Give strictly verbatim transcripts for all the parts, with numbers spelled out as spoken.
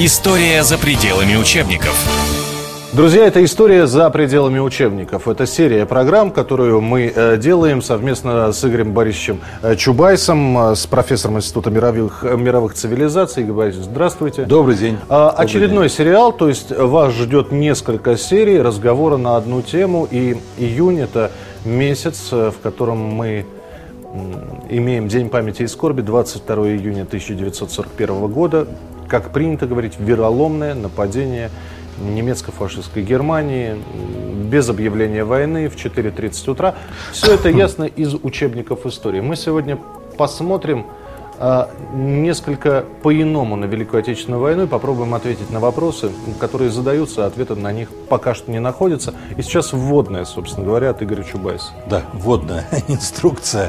История за пределами учебников. Друзья, это «История за пределами учебников». Это серия программ, которую мы э, делаем совместно с Игорем Борисовичем э, Чубайсом, э, с профессором Института мировых, э, мировых цивилизаций. Игорь Борисович, здравствуйте. Добрый день. Э, Добрый очередной день. сериал, то есть вас ждет несколько серий разговора на одну тему. И июнь – это месяц, в котором мы имеем День памяти и скорби, двадцать второго июня тысяча девятьсот сорок первого года. Как принято говорить, вероломное нападение немецко-фашистской Германии, без объявления войны, в четыре тридцать утра. Все это ясно из учебников истории. Мы сегодня посмотрим а, несколько по-иному на Великую Отечественную войну и попробуем ответить на вопросы, которые задаются, а ответы на них пока что не находятся. И сейчас вводная, собственно говоря, от Игоря Чубайса. Да, вводная инструкция.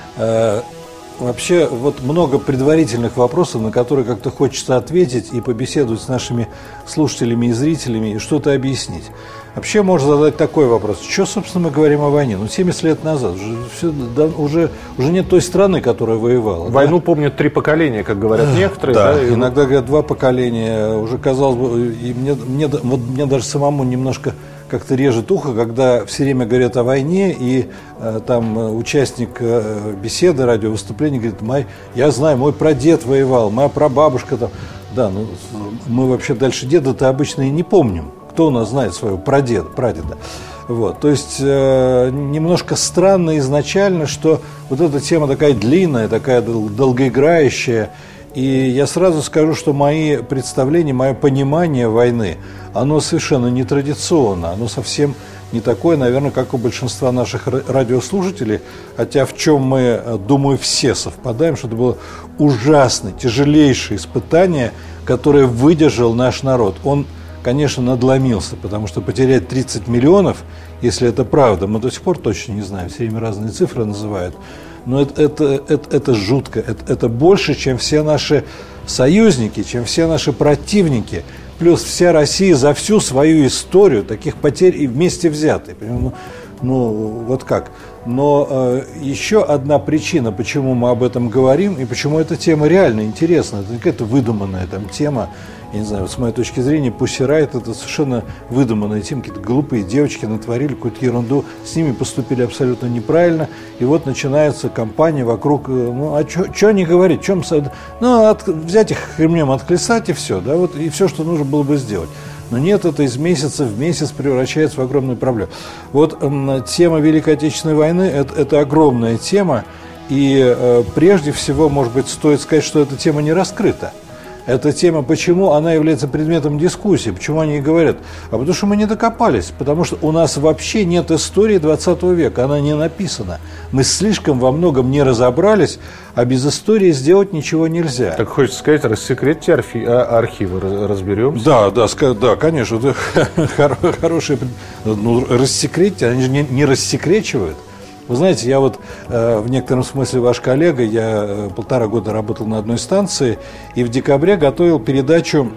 Вообще, вот много предварительных вопросов, на которые как-то хочется ответить и побеседовать с нашими слушателями и зрителями, и что-то объяснить. Вообще, можно задать такой вопрос. Что, собственно, мы говорим о войне? Ну, семьдесят лет назад. Уже, все, да, уже, уже нет той страны, которая воевала. Войну да? помнят три поколения, как говорят некоторые. Да, да, и... иногда говорят два поколения. Уже, казалось бы, и мне, мне, вот мне даже самому немножко как-то режет ухо, когда все время говорят о войне, и э, там э, участник э, беседы, радиовыступления говорит: мой, я знаю, мой прадед воевал, моя прабабушка там. Да, ну, мы вообще дальше деда-то обычно и не помним. Кто у нас знает своего прадеда, прадеда? Вот, то есть э, немножко странно изначально, что вот эта тема такая длинная, такая дол- долгоиграющая. И я сразу скажу, что мои представления, мое понимание войны, оно совершенно нетрадиционно, оно совсем не такое, наверное, как у большинства наших радиослушателей, хотя в чем мы, думаю, все совпадаем, что это было ужасное, тяжелейшее испытание, которое выдержал наш народ. Он, конечно, надломился, потому что потерять тридцать миллионов, если это правда, мы до сих пор точно не знаем, все время разные цифры называют, но это, это, это, это жутко, это, это больше, чем все наши союзники, чем все наши противники, плюс вся Россия за всю свою историю таких потерь и вместе взятые. Ну, ну вот как. Но э, еще одна причина, почему мы об этом говорим и почему эта тема реально интересна, это не какая-то выдуманная там тема. Я не знаю, вот с моей точки зрения, Pussy Riot — это совершенно выдуманная тема, какие-то глупые девочки натворили какую-то ерунду, с ними поступили абсолютно неправильно, и вот начинается кампания вокруг, ну, а что не говорить, чем, ну, от, взять их ремнем, отхлестать и все, да, вот, и все, что нужно было бы сделать. Но нет, это из месяца в месяц превращается в огромную проблему. Вот э, тема Великой Отечественной войны это, – это огромная тема, и э, прежде всего, может быть, стоит сказать, что эта тема не раскрыта. Эта тема, почему она является предметом дискуссии, почему они и говорят? А потому что мы не докопались, потому что у нас вообще нет истории двадцатого века, она не написана. Мы слишком во многом не разобрались, а без истории сделать ничего нельзя. Так хочется сказать, рассекретьте архи... архивы, разберемся. Да, да, да, конечно, это хорошее. Ну, рассекретьте, они же не, не рассекречивают. Вы знаете, я вот э, в некотором смысле ваш коллега, я э, полтора года работал на одной станции и в декабре готовил передачу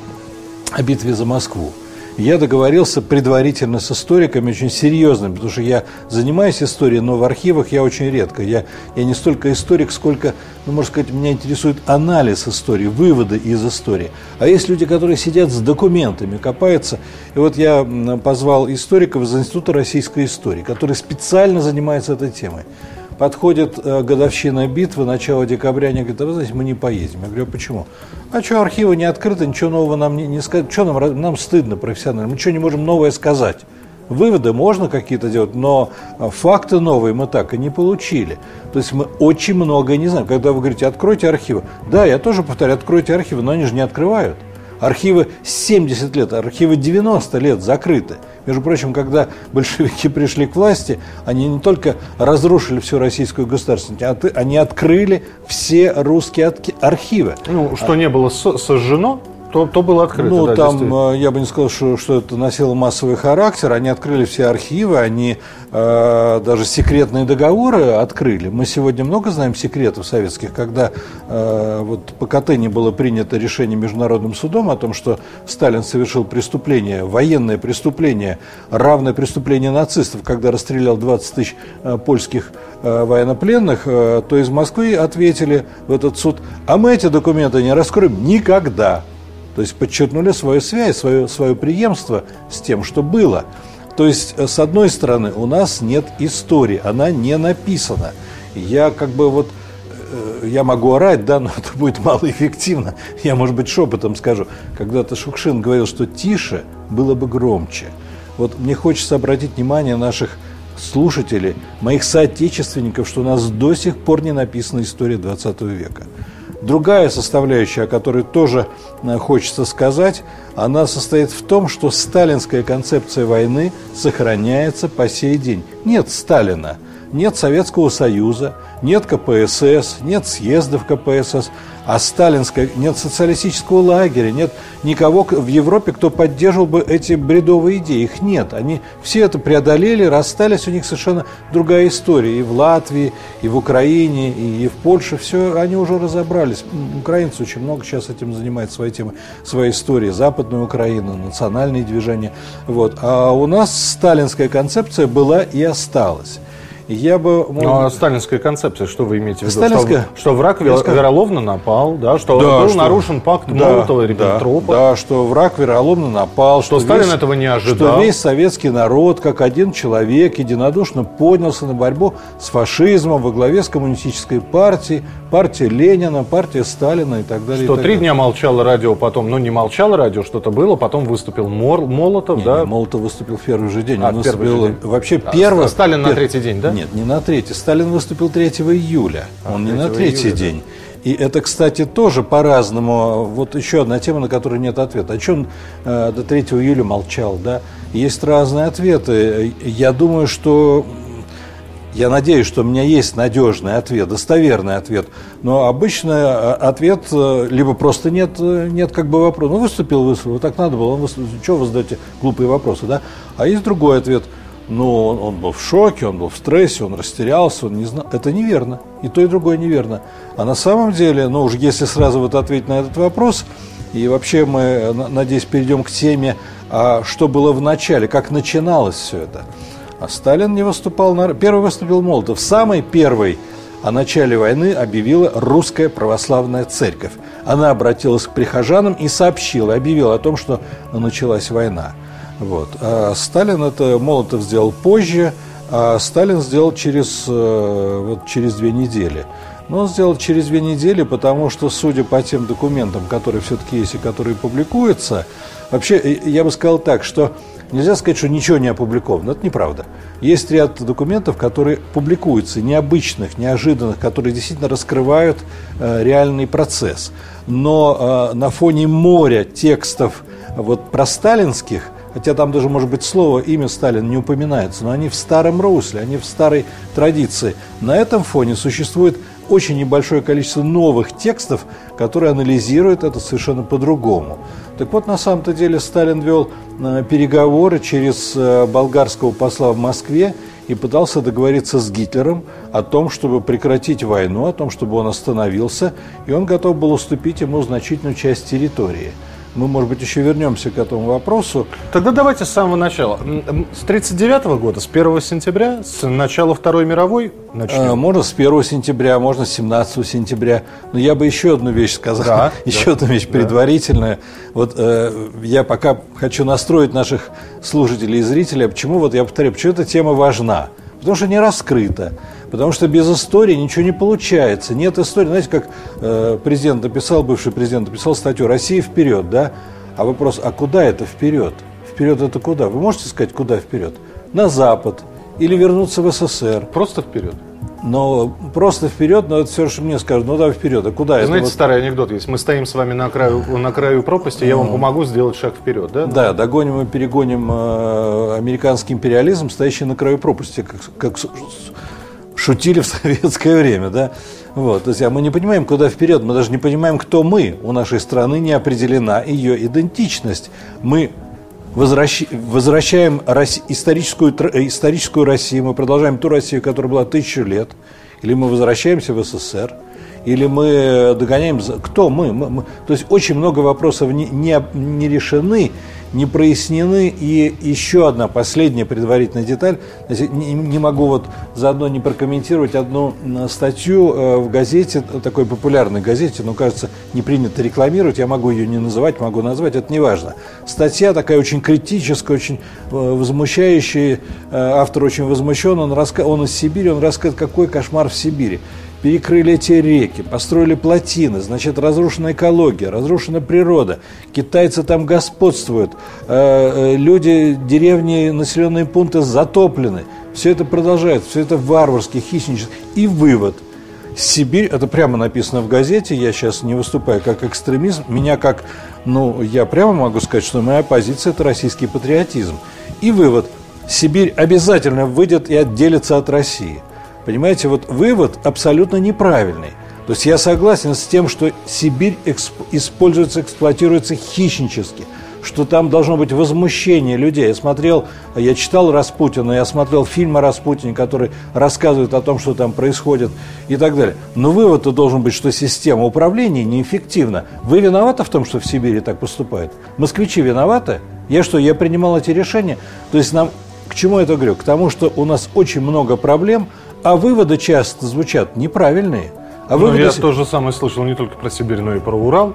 о битве за Москву. Я договорился предварительно с историками очень серьезными, потому что я занимаюсь историей, но в архивах я очень редко. Я, я не столько историк, сколько, ну, можно сказать, меня интересует анализ истории, выводы из истории. А есть люди, которые сидят с документами, копаются. И вот я позвал историков из Института российской истории, которые специально занимаются этой темой. Подходит э, годовщина битвы, начало декабря, они говорят: а вы знаете, мы не поедем. Я говорю: а почему? А что, архивы не открыты, ничего нового нам не, не сказать. Что нам, нам стыдно профессионально, мы что не можем новое сказать? Выводы можно какие-то делать, но факты новые мы так и не получили. То есть мы очень многое не знаем. Когда вы говорите: откройте архивы. Да, я тоже повторяю, откройте архивы, но они же не открывают. Архивы семьдесят лет, архивы девяносто лет закрыты. Между прочим, когда большевики пришли к власти, они не только разрушили всю российскую государственность, а они открыли все русские архивы. Ну, что не было сожжено, то, то было открыто. Ну, да, там, я бы не сказал, что, что это носило массовый характер. Они открыли все архивы, они э, даже секретные договоры открыли. Мы сегодня много знаем секретов советских, когда э, вот по Катыни было принято решение Международным судом о том, что Сталин совершил преступление, военное преступление, равное преступлению нацистов, когда расстрелял двадцать тысяч э, польских э, военнопленных, э, то из Москвы ответили в этот суд: а мы эти документы не раскроем никогда. То есть подчеркнули свою связь, свое, свое преемство с тем, что было. То есть, с одной стороны, у нас нет истории, она не написана. Я как бы вот, я могу орать, да, но это будет малоэффективно. Я, может быть, шепотом скажу. Когда-то Шукшин говорил, что тише было бы громче. Вот мне хочется обратить внимание наших слушателей, моих соотечественников, что у нас до сих пор не написана история двадцатого века. Другая составляющая, о которой тоже хочется сказать, она состоит в том, что сталинская концепция войны сохраняется по сей день. Нет Сталина, нет Советского Союза, нет ка пэ эс эс, нет съездов ка пэ эс эс, а сталинская, нет социалистического лагеря, нет никого в Европе, кто поддерживал бы эти бредовые идеи. Их нет. Они все это преодолели, расстались, у них совершенно другая история. И в Латвии, и в Украине, и в Польше. Все, они уже разобрались. Украинцы очень много сейчас этим занимаются, своей темой, своей историей. Западная Украина, национальные движения. Вот. А у нас сталинская концепция была и осталась. Я бы, может... Ну, а сталинская концепция, что вы имеете в виду? Сталинская... Что, что враг вероломно напал, да? Что да, был что... нарушен пакт да, Молотова и Риббентропа. Да, да, что враг вероломно напал. Что, что Сталин весь, этого не ожидал. Что весь советский народ, как один человек, единодушно поднялся на борьбу с фашизмом во главе с коммунистической партией, партией Ленина, партией Сталина и так далее. Что и так три далее. дня молчало радио, потом, ну не молчало радио, что-то было, потом выступил Мор, Молотов, не, да? Не, Молотов выступил в первый же день. А, Он первый выступил же день. вообще а, первый. Сталин пер... на третий день, да? Нет, не на третий. Сталин выступил третьего июля. А, Он не на третий июля, день. Да. И это, кстати, тоже по-разному. Вот еще одна тема, на которую нет ответа. О чем э, до третьего июля молчал, да? Есть разные ответы. Я думаю, что... Я надеюсь, что у меня есть надежный ответ, достоверный ответ. Но обычно ответ либо просто нет, нет как бы вопроса. Ну, выступил, выступил, так надо было. Он выступил. Чего вы задаете глупые вопросы, да? А есть другой ответ. Ну, он, он был в шоке, он был в стрессе, он растерялся, он не знал. Это неверно. И то, и другое неверно. А на самом деле, ну, уж если сразу вот ответить на этот вопрос, и вообще мы, надеюсь, перейдем к теме, а что было в начале, как начиналось все это. А Сталин не выступал, на... первый выступил Молотов. Самый первый о начале войны объявила Русская Православная Церковь. Она обратилась к прихожанам и сообщила, объявила о том, что началась война. Вот. А Сталин это Молотов сделал позже, а Сталин сделал через, вот, через две недели. Но он сделал через две недели, потому что, судя по тем документам, которые все-таки есть и которые публикуются, вообще, я бы сказал так, что нельзя сказать, что ничего не опубликовано. Это неправда. Есть ряд документов, которые публикуются, необычных, неожиданных, которые действительно раскрывают э, реальный процесс. Но э, на фоне моря текстов вот, просталинских, хотя там даже, может быть, слово, имя Сталина не упоминается, но они в старом русле, они в старой традиции. На этом фоне существует очень небольшое количество новых текстов, которые анализируют это совершенно по-другому. Так вот, на самом-то деле Сталин вел э, переговоры через э, болгарского посла в Москве и пытался договориться с Гитлером о том, чтобы прекратить войну, о том, чтобы он остановился, и он готов был уступить ему значительную часть территории. Мы, может быть, еще вернемся к этому вопросу. Тогда давайте с самого начала. С тридцать девятого года, с первого сентября, с начала Второй мировой начнем? А, можно с первого сентября, можно с семнадцатого сентября. Но я бы еще одну вещь сказал, да, еще да, одну вещь предварительную. Да. Вот э, я пока хочу настроить наших слушателей и зрителей. Почему, вот я повторяю, почему эта тема важна? Потому что не раскрыта. Потому что без истории ничего не получается. Нет истории. Знаете, как э, президент написал, бывший президент написал статью «Россия вперед», да? А вопрос, а куда это вперед? Вперед это куда? Вы можете сказать, куда вперед? На Запад. Или вернуться в эс эс эс эр. Просто вперед. Но просто вперед, но это все, что мне скажут, ну да, вперед, а куда это? Знаете, вот... старый анекдот есть. Мы стоим с вами на краю, на краю пропасти, я вам помогу сделать шаг вперед, да? Да, догоним и перегоним э, американский империализм, стоящий на краю пропасти, как, как шутили в советское время, да? Вот, то есть, а мы не понимаем, куда вперед, мы даже не понимаем, кто мы. У нашей страны не определена ее идентичность. Мы возвращ... возвращаем Росси... историческую... историческую Россию, мы продолжаем ту Россию, которая была тысячу лет, или мы возвращаемся в эс эс эс эр, или мы догоняем... Кто мы? мы, мы... То есть очень много вопросов не, не, не решены, не прояснены. И еще одна последняя предварительная деталь. Не, не могу вот заодно не прокомментировать одну статью в газете, такой популярной газете, но, кажется, не принято рекламировать, я могу ее не называть, могу назвать, это не важно. Статья такая очень критическая, очень возмущающая, автор очень возмущен, он, раска... он из Сибири, он рассказывает, какой кошмар в Сибири. Перекрыли эти реки, построили плотины, значит, разрушена экология, разрушена природа, китайцы там господствуют, э, э, люди, деревни, населенные пункты затоплены. Все это продолжается, все это варварски, хищнически. И вывод. Сибирь, это прямо написано в газете, я сейчас не выступаю как экстремист, меня как, ну, я прямо могу сказать, что моя позиция – это российский патриотизм. И вывод. Сибирь обязательно выйдет и отделится от России. Понимаете, вот вывод абсолютно неправильный. То есть я согласен с тем, что Сибирь эксп- используется, эксплуатируется хищнически, что там должно быть возмущение людей. Я смотрел, я читал Распутина, я смотрел фильм о Распутине, который рассказывает о том, что там происходит и так далее. Но вывод-то должен быть, что система управления неэффективна. Вы виноваты в том, что в Сибири так поступают? Москвичи виноваты? Я что, я принимал эти решения? То есть нам, к чему я это говорю? К тому, что у нас очень много проблем, а выводы часто звучат неправильные. А выводы... Я с... то же самое слышал не только про Сибирь, но и про Урал.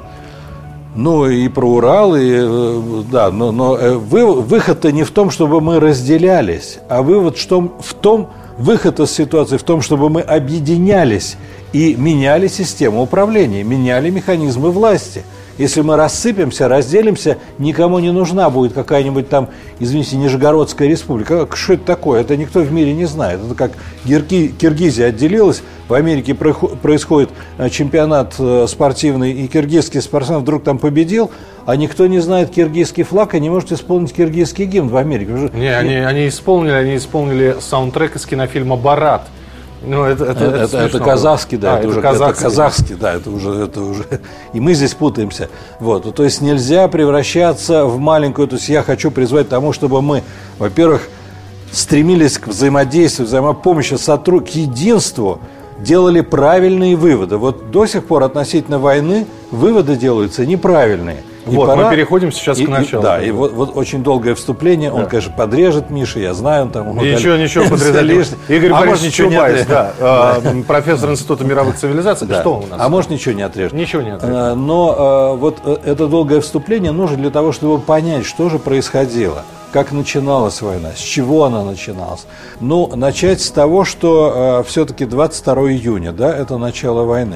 Ну, и про Урал, и, да, но, но вы, выход-то не в том, чтобы мы разделялись, а вывод что, в том, выход из ситуации в том, чтобы мы объединялись и меняли систему управления, меняли механизмы власти. Если мы рассыпемся, разделимся, никому не нужна будет какая-нибудь там, извините, Нижегородская республика. Что это такое? Это никто в мире не знает. Это как Кирги... Киргизия отделилась, в Америке происходит чемпионат спортивный, и киргизский спортсмен вдруг там победил, а никто не знает киргизский флаг и не может исполнить киргизский гимн в Америке. Не, они, они исполнили, они исполнили саундтрек из кинофильма «Барат». Ну, это, это, это, это, это казахский, да, а, это, это, уже, казахский. это казахский, да, это уже, это уже, и мы здесь путаемся. Вот, то есть нельзя превращаться в маленькую, то есть я хочу призвать к тому, чтобы мы, во-первых, стремились к взаимодействию, взаимопомощи, сотруд... к единству, делали правильные выводы. Вот до сих пор относительно войны выводы делаются неправильные. И вот, пора... мы переходим сейчас и, к началу. И, да, и вот, вот очень долгое вступление, да. Он, конечно, подрежет Миша, я знаю, он там... Ничего, ничего, подрезать. Игорь а Борисович Чубайс, да, да. Э, профессор Института мировых цивилизаций. Да. Что у нас? А может, ничего не отрежет. Ничего не отрежет. Но вот это долгое вступление нужно для того, чтобы понять, что же происходило. Как начиналась война, с чего она начиналась. Ну, начать с того, что э, все-таки двадцать второго июня, да, это начало войны.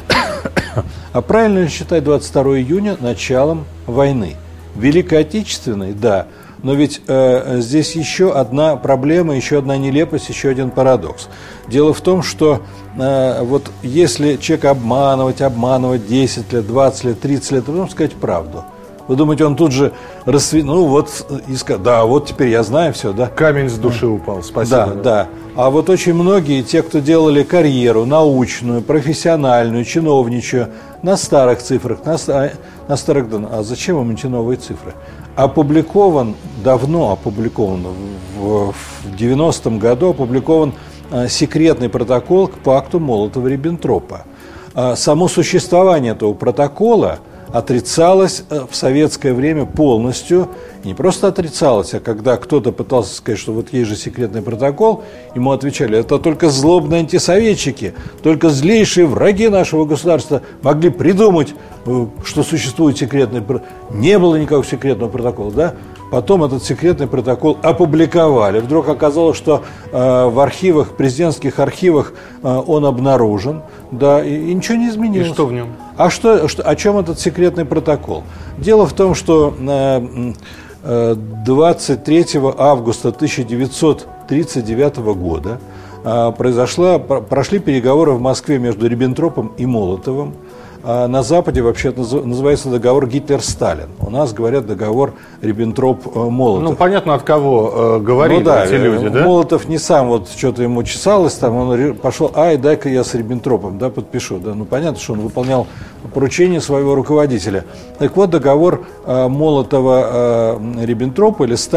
А правильно ли считать двадцать второго июня началом войны? Великой Отечественной, да. Но ведь э, здесь еще одна проблема, еще одна нелепость, еще один парадокс. Дело в том, что э, вот если человека обманывать, обманывать десять лет, двадцать лет, тридцать лет, то нужно сказать правду. Вы думаете, он тут же расцвет... Ну вот, иск... да, вот теперь я знаю все, да? Камень с души упал, спасибо. Да, да. А вот очень многие, те, кто делали карьеру научную, профессиональную, чиновничью, на старых цифрах, на, на старых данных. А зачем им эти новые цифры? Опубликован, давно опубликован, в, в девяностом году опубликован а, секретный протокол к пакту Молотова-Риббентропа. А, само существование этого протокола отрицалось в советское время полностью. И не просто отрицалось, а когда кто-то пытался сказать, что вот есть же секретный протокол, ему отвечали, это только злобные антисоветчики, только злейшие враги нашего государства могли придумать, что существует секретный протокол. Не было никакого секретного протокола, да? Потом этот секретный протокол опубликовали. Вдруг оказалось, что э, в архивах, президентских архивах э, он обнаружен, да, и, и ничего не изменилось. И что в нем? А что, что, о чем этот секретный протокол? Дело в том, что э, э, двадцать третьего августа тысяча девятьсот тридцать девятого года э, произошла, прошли переговоры в Москве между Риббентропом и Молотовым. На Западе вообще называется договор Гитлер-Сталин. У нас говорят договор Риббентроп-Молотов. Ну, понятно, от кого э, говорили ну, да, эти люди, да? Молотов не сам, вот что-то ему чесалось, там он пошел, ай, дай-ка я с Риббентропом, да, подпишу. Да? Ну, понятно, что он выполнял поручение своего руководителя. Так вот, договор э, Молотова-Риббентропа э, или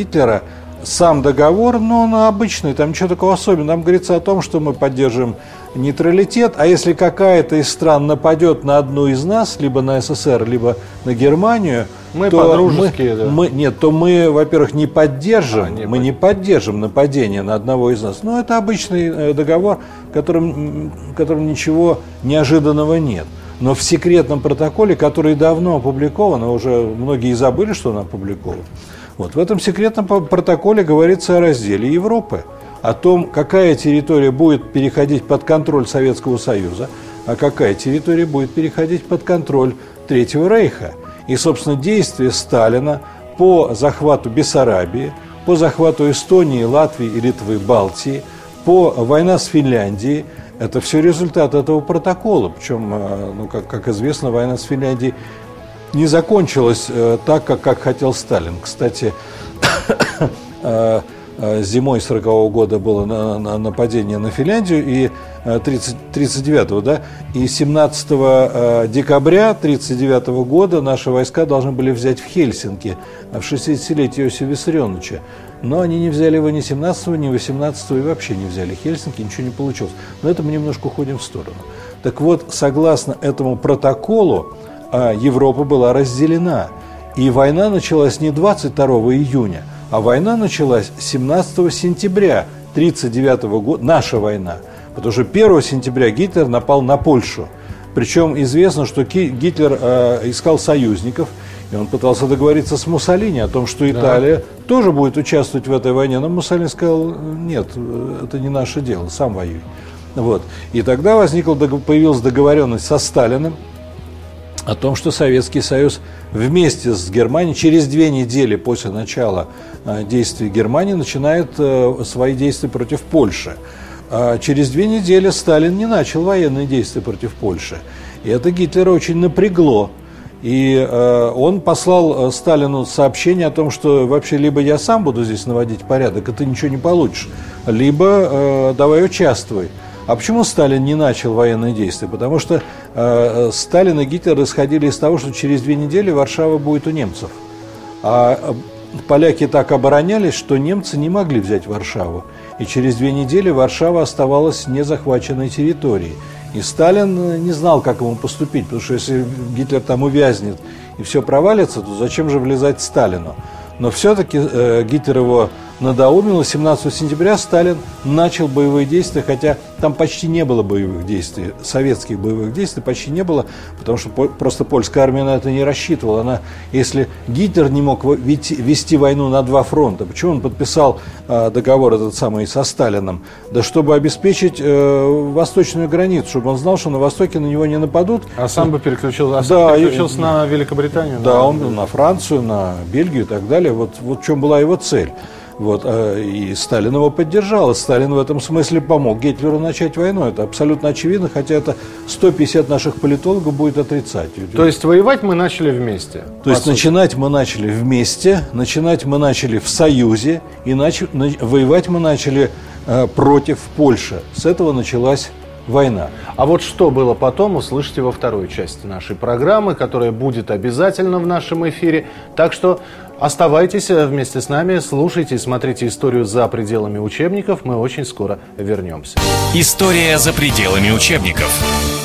Сталина-Гитлера, сам договор, но он обычный, там ничего такого особенного. Там говорится о том, что мы поддерживаем нейтралитет, а если какая-то из стран нападет на одну из нас, либо на СССР, либо на Германию, мы то по-дружески, мы, да. мы, нет, то мы, во-первых, не поддержим, а, не мы под... не поддержим нападение на одного из нас. Но это обычный договор, в котором, в котором ничего неожиданного нет. Но в секретном протоколе, который давно опубликован, уже многие забыли, что он опубликован, вот, в этом секретном протоколе говорится о разделе Европы, о том, какая территория будет переходить под контроль Советского Союза, а какая территория будет переходить под контроль Третьего Рейха. И, собственно, действия Сталина по захвату Бессарабии, по захвату Эстонии, Латвии и Литвы, Балтии, по война с Финляндией, это все результат этого протокола. Причем, ну, как, как известно, война с Финляндией не закончилась э, так, как, как хотел Сталин. Кстати, э, зимой сорокового года было на, на, нападение на Финляндию, и тридцать девятого, да, и семнадцатого декабря тридцать девятого года наши войска должны были взять в Хельсинки в шестидесятилетие Иосифа Виссарионовича. Но они не взяли его ни семнадцатого, ни восемнадцатого, и вообще не взяли Хельсинки, ничего не получилось. Но это мы немножко уходим в сторону. Так вот, согласно этому протоколу, Европа была разделена. И война началась не двадцать второго июня, а война началась семнадцатого сентября тридцать девятого года, наша война. Потому что первого сентября Гитлер напал на Польшу. Причем известно, что Гитлер э, искал союзников, и он пытался договориться с Муссолини о том, что Италия да. тоже будет участвовать в этой войне. Но Муссолини сказал: нет, это не наше дело, сам воюй. Вот. И тогда возникла, появилась договоренность со Сталиным о том, что Советский Союз вместе с Германией через две недели после начала э, действий Германии начинает э, свои действия против Польши. А через две недели Сталин не начал военные действия против Польши. И это Гитлера очень напрягло. И э, он послал Сталину сообщение о том, что вообще либо я сам буду здесь наводить порядок, и ты ничего не получишь, либо э, давай участвуй. А почему Сталин не начал военные действия? Потому что э, Сталин и Гитлер исходили из того, что через две недели Варшава будет у немцев. А поляки так оборонялись, что немцы не могли взять Варшаву. И через две недели Варшава оставалась незахваченной территорией. И Сталин не знал, как ему поступить, потому что если Гитлер там увязнет и все провалится, то зачем же влезать Сталину? Но все-таки э, Гитлер его надоумил, и семнадцатого сентября Сталин начал боевые действия, хотя там почти не было боевых действий, советских боевых действий почти не было, потому что по, просто польская армия на это не рассчитывала. Она, если Гитлер не мог вести, вести войну на два фронта, почему он подписал э, договор этот самый со Сталином? Да чтобы обеспечить э, восточную границу, чтобы он знал, что на востоке на него не нападут. А сам бы переключил, а сам да, переключился и, на Великобританию? Да, на, он на Францию, на Бельгию и так далее. Вот, вот в чем была его цель. Вот, и Сталин его поддержал, и Сталин в этом смысле помог Гитлеру начать войну. Это абсолютно очевидно, хотя это сто пятьдесят наших политологов будет отрицать. То есть воевать мы начали вместе? То есть сути. начинать мы начали вместе, начинать мы начали в союзе, и нач... воевать мы начали э, против Польши. С этого началась война. А вот что было потом, услышите во второй части нашей программы, которая будет обязательно в нашем эфире. Так что оставайтесь вместе с нами, слушайте и смотрите историю за пределами учебников. Мы очень скоро вернемся. История за пределами учебников.